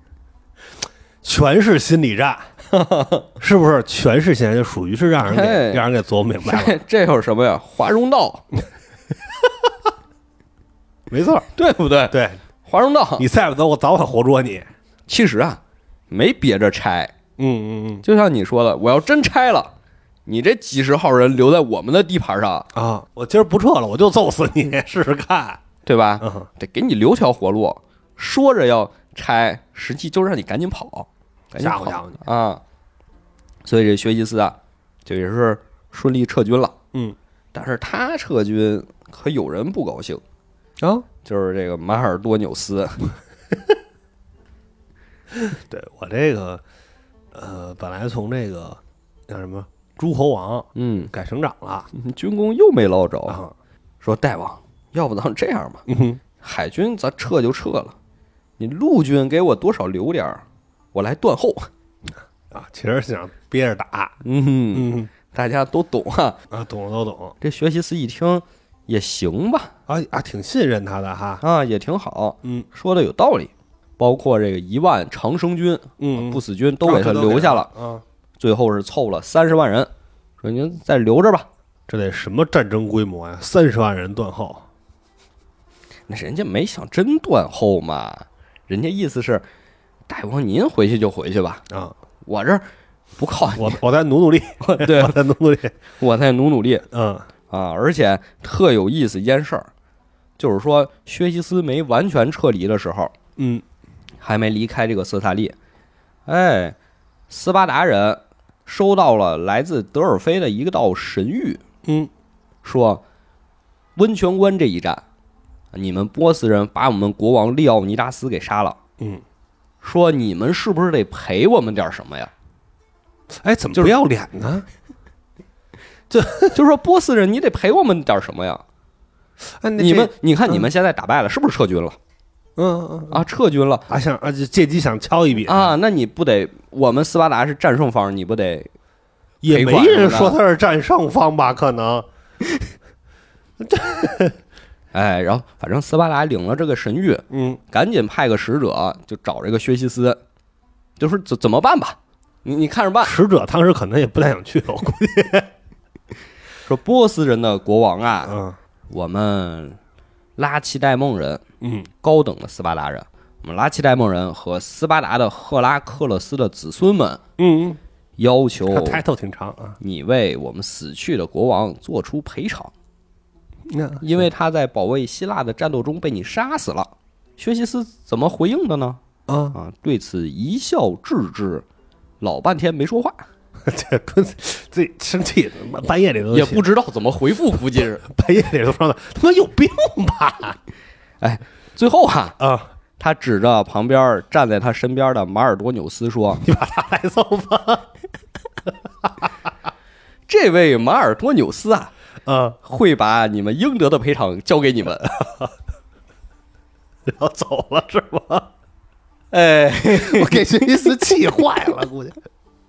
全是心理战，是不是？全是现在就属于是让人给琢磨明白了。 这有什么呀？华容道， 没错， 对不对？ 对， 华容道， 你再不走，我早晚活捉你。 其实啊，没憋着拆。就像你说的，我要真拆了，你这几十号人留在我们的地盘上我今儿不撤了，我就揍死你，试试看， 对吧？得给你留条活路。说着要拆，实际就让你赶紧跑， 吓唬吓唬你所以这薛西斯就也是顺利撤军了。但是他撤军可有人不高兴就是这个马尔多纽斯。 对，我这个本来从这个叫什么诸侯王改省长了， 军功又没捞着说大王，要不咱这样吧，海军咱撤就撤了，你陆军给我多少留点我来断后其实想憋着打。 大家都懂懂了都懂。 这薛西斯一听也行吧挺信任他的也挺好。说的有道理。包括这个1万长生军不死军都给他留下了最后是凑了30万人，说您再留着吧。 这得什么战争规模呀？30万人断后， 那人家没想真断后嘛，人家意思是大王您回去就回去吧我这不靠你， 我再努努力对， 我再努努力， 我再努努力而且特有意思一件事儿，就是说薛西斯没完全撤离的时候还没离开这个色萨利，斯巴达人收到了来自德尔菲的一道神谕，说温泉关这一战，你们波斯人把我们国王利奥尼达斯给杀了，说你们是不是得赔我们点什么呀？ 怎么不要脸呢？ 就说波斯人，你得赔我们点什么呀？你看你们现在打败了，是不是撤军了？ 撤军了就借机想敲一笔那你不得我们斯巴达是占胜方，你不得也没人说他是占胜方吧？可能， 然后反正斯巴达领了这个神谕，赶紧派个使者就找这个薛西斯，就说怎么办吧，你看着办。 使者当时可能也不太想去，我估计说波斯人的国王我们拉齐代梦人，高等的斯巴达人，我们拉齐代梦人和斯巴达的赫拉克勒斯的子孙们，要求抬头挺长啊， 你为我们死去的国王做出赔偿，因为他在保卫希腊的战斗中被你杀死了。薛西斯怎么回应的呢？对此一笑置之，老半天没说话。 这生气，半夜里都也不知道怎么回复，估计是半夜里都说他妈有病吧？ 最后他指着旁边站在他身边的马尔多纽斯说：“ 你把他带走吧。” 这位马尔多纽斯会把你们应得的赔偿交给你们。 然后走了是吧？我给薛西斯气坏了，估计。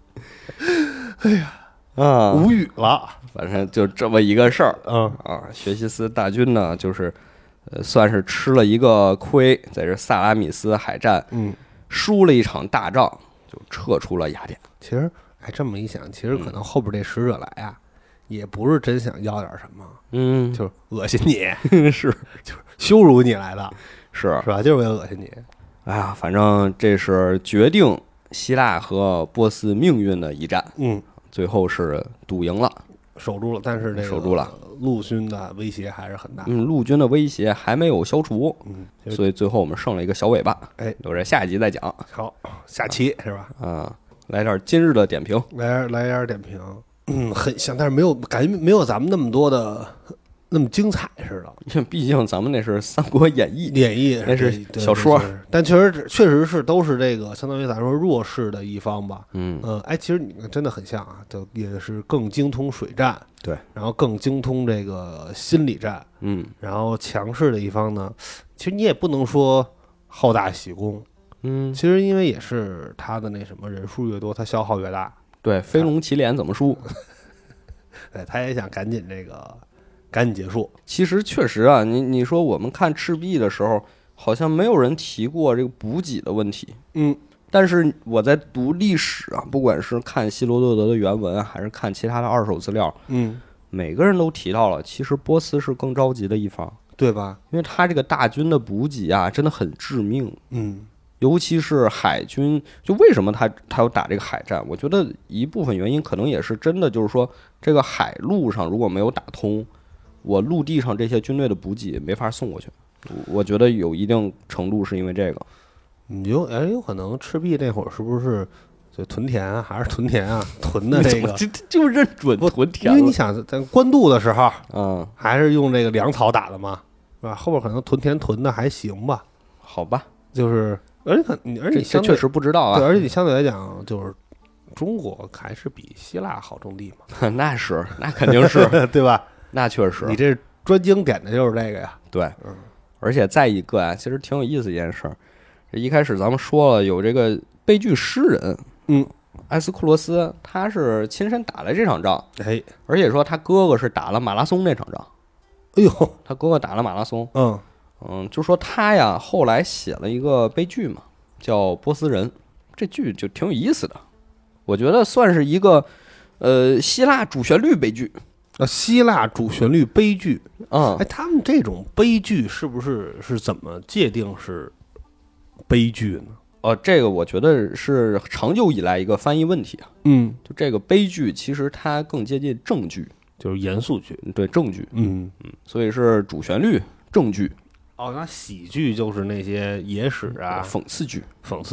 无语了。 反正就这么一个事儿。薛西斯大军呢，就是算是吃了一个亏，在这萨拉米斯海战，输了一场大仗，就撤出了雅典。 其实，这么一想，其实可能后边这使者来也不是真想要点什么，就是恶心你， 是， 就是羞辱你来的， 是吧？就是为了恶心你。 反正这是决定希腊和波斯命运的一战，最后是赌赢了， 守住了，但是守住了， 陆军的威胁还是很大。 陆军的威胁还没有消除，所以最后我们剩了一个小尾巴，留着下一集再讲。 好，下期是吧？ 来点今日的点评， 来点点评，很像，但是没有感觉，没有咱们那么多的那么精彩似的。 因为毕竟咱们那是《三国演义》，那是小说， 但确实是都是这个相当于咱说弱势的一方吧。其实你们真的很像就也是更精通水战， 对， 然后更精通这个心理战，然后强势的一方呢，其实你也不能说好大喜功，其实因为也是他的那什么人数越多，他消耗越大。 对，飞龙骑脸怎么输？ 对，他也想赶紧结束。 其实确实你说我们看赤壁的时候，好像没有人提过这个补给的问题。但是我在读历史不管是看希罗多德的原文还是看其他的二手资料，每个人都提到了，其实波斯是更着急的一方， 对吧？ 因为他这个大军的补给真的很致命。尤其是海军，就为什么他要打这个海战？我觉得一部分原因可能也是真的，就是说这个海路上如果没有打通，我陆地上这些军队的补给没法送过去。我觉得有一定程度是因为这个。 有可能赤壁那会儿是不是就屯田还是屯田屯的这个就认准屯田？ 因为你想在官渡的时候，还是用这个粮草打的嘛，是吧？后边可能屯田屯的还行吧？ 好吧， 就是。而且你这确实不知道对，而且你相对来讲，就是中国还是比希腊好种地嘛。 那肯定是对吧？ 那确实， 你这专精点的就是这个呀。 对，而且再一个其实挺有意思一件事儿。一开始咱们说了有这个悲剧诗人，埃斯库罗斯，他是亲身打了这场仗，而且说他哥哥是打了马拉松那场仗。他哥哥打了马拉松，就说他后来写了一个悲剧嘛，叫《波斯人》，这剧就挺有意思的，我觉得算是一个希腊主旋律悲剧。 希腊主旋律悲剧，他们这种悲剧是不是怎么界定是悲剧呢？ 这个我觉得是长久以来一个翻译问题就这个悲剧其实它更接近正剧， 就是严肃剧， 对，正剧，所以是主旋律正剧。 那喜剧就是那些野史讽刺剧，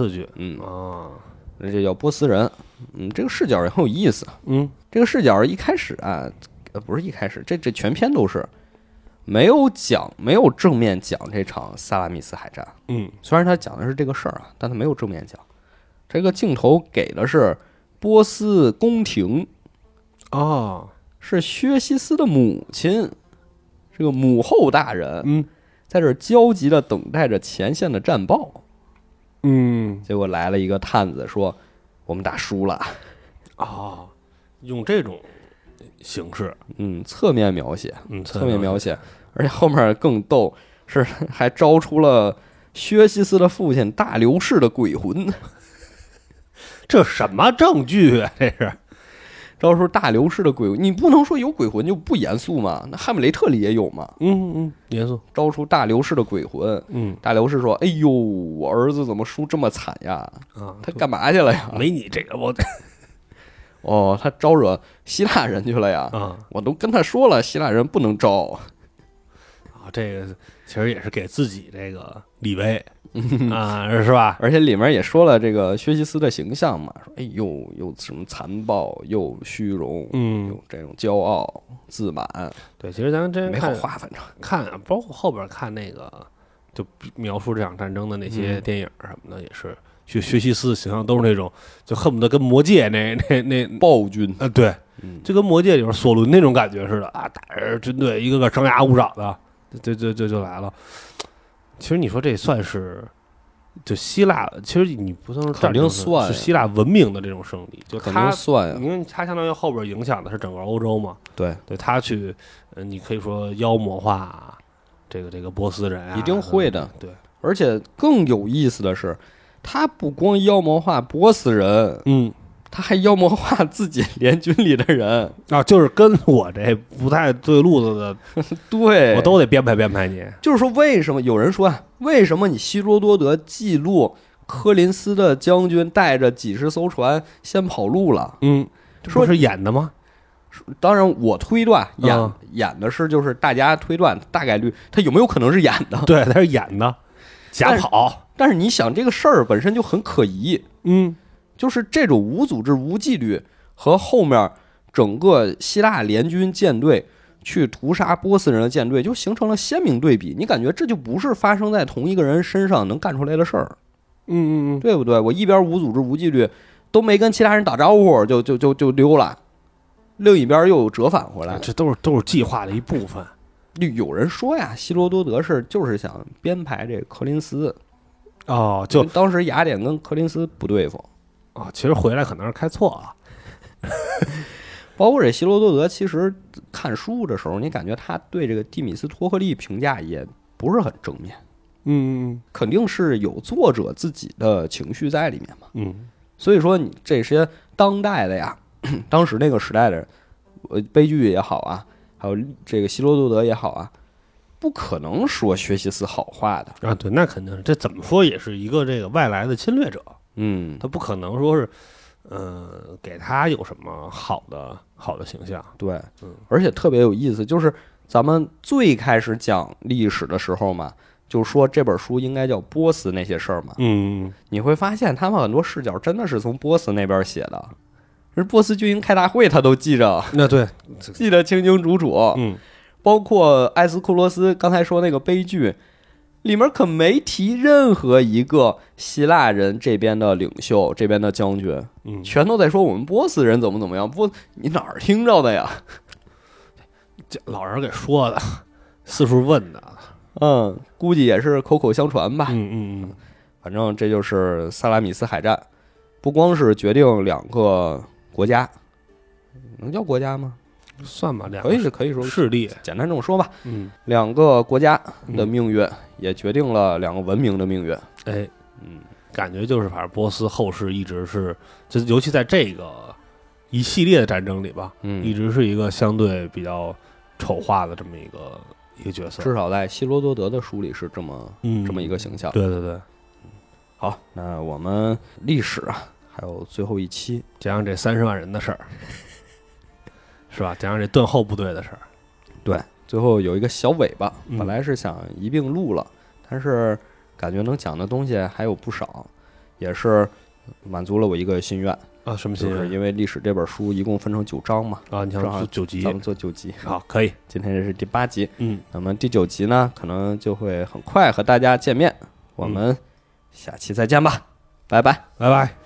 那这叫波斯人。这个视角也很有意思。这个视角一开始不是一开始，这全篇都是没有正面讲这场萨拉米斯海战。虽然他讲的是这个事儿但他没有正面讲。这个镜头给的是波斯宫廷，是薛西斯的母亲，这个母后大人。 在这焦急的等待着前线的战报。结果来了一个探子说我们打输了。 用这种形式， 侧面描写，侧面描写，而且后面更逗，是还招出了薛西斯的父亲大流士的鬼魂。 这什么证据啊？这是招出大流士的鬼魂，你不能说有鬼魂就不严肃嘛？那哈姆雷特里也有嘛？ 严肃。 招出大流士的鬼魂，大流士说：“哎呦，我儿子怎么输这么惨呀？他干嘛去了呀？ 没你这个我。” 他招惹希腊人去了呀！我都跟他说了，希腊人不能招。 这个其实也是给自己这个立威是吧？ 而且里面也说了这个薛西斯的形象嘛，说哎呦，又什么残暴，又虚荣，有这种骄傲自满。 对，其实咱真没好话，反正看，包括后边看那个就描述这场战争的那些电影什么的，也是。薛西斯形象都是那种，就恨不得跟魔戒那暴君对，就跟魔戒里边索伦那种感觉似的啊，带着军队一个个张牙舞爪的，就来了。其实你说这算是就希腊，其实你不算是肯定算是希腊文明的这种胜利，就肯定算呀， 因为它相当于后边影响的是整个欧洲嘛。对，他去你可以说妖魔化这个波斯人啊， 一定会的。 对， 而且更有意思的是。他不光妖魔化波斯人，他还妖魔化自己联军里的人就是跟我这不太对路子的， 对我都得编排你。 就是说，为什么有人说为什么你希罗多德记录柯林斯的将军带着几十艘船先跑路了？ 说是演的吗？ 当然，我推断演的是就是大家推断大概率，他有没有可能是演的？ 对，他是演的，假跑。 但是你想，这个事儿本身就很可疑，就是这种无组织、无纪律和后面整个希腊联军舰队去屠杀波斯人的舰队，就形成了鲜明对比。你感觉这就不是发生在同一个人身上能干出来的事儿，对不对？我一边无组织、无纪律，都没跟其他人打招呼就溜了，另一边又有折返回来， 这都是计划的一部分。 有人说呀，希罗多德就是想编排这柯林斯。 就当时雅典跟柯林斯不对付其实回来可能是开错了。 包括这希罗多德，其实看书的时候，你感觉他对这个蒂米斯托克利评价也不是很正面，肯定是有作者自己的情绪在里面嘛，所以说你这些当代的呀，当时那个时代的悲剧也好啊，还有这个希罗多德也好啊。不可能说薛西斯好话的对，那肯定是，这怎么说也是一个这个外来的侵略者，他不可能说是，给他有什么好的形象， 对，而且特别有意思，就是咱们最开始讲历史的时候嘛，就说这本书应该叫波斯那些事儿嘛，你会发现他们很多视角真的是从波斯那边写的，是波斯军营开大会他都记着， 对， 记得清清楚楚，包括埃斯库罗斯刚才说那个悲剧里面可没提任何一个希腊人这边的领袖这边的将军，全都在说我们波斯人怎么样。你哪儿听着的呀？ 这老人给说的，四处问的，估计也是口口相传吧。反正这就是萨拉米斯海战，不光是决定两个国家，能叫国家吗？ 算吧， 可以说势力， 简单这么说吧。两个国家的命运也决定了两个文明的命运。 感觉就是反正波斯后世一直是，就尤其在这个一系列的战争里吧，一直是一个相对比较丑化的这么一个角色。 至少在希罗多德的书里是这么一个形象。 对。 好，那我们历史还有最后一期讲讲这30万人的事儿。是吧？讲讲这盾后部队的事儿。 对，最后有一个小尾巴，本来是想一并录了，但是感觉能讲的东西还有不少，也是满足了我一个心愿什么心愿？ 就是因为历史这本书一共分成9章嘛你想做9集， 咱们做9集。 好，可以。 今天这是第8集，那么第9集呢，可能就会很快和大家见面。我们下期再见吧，拜拜， 拜拜。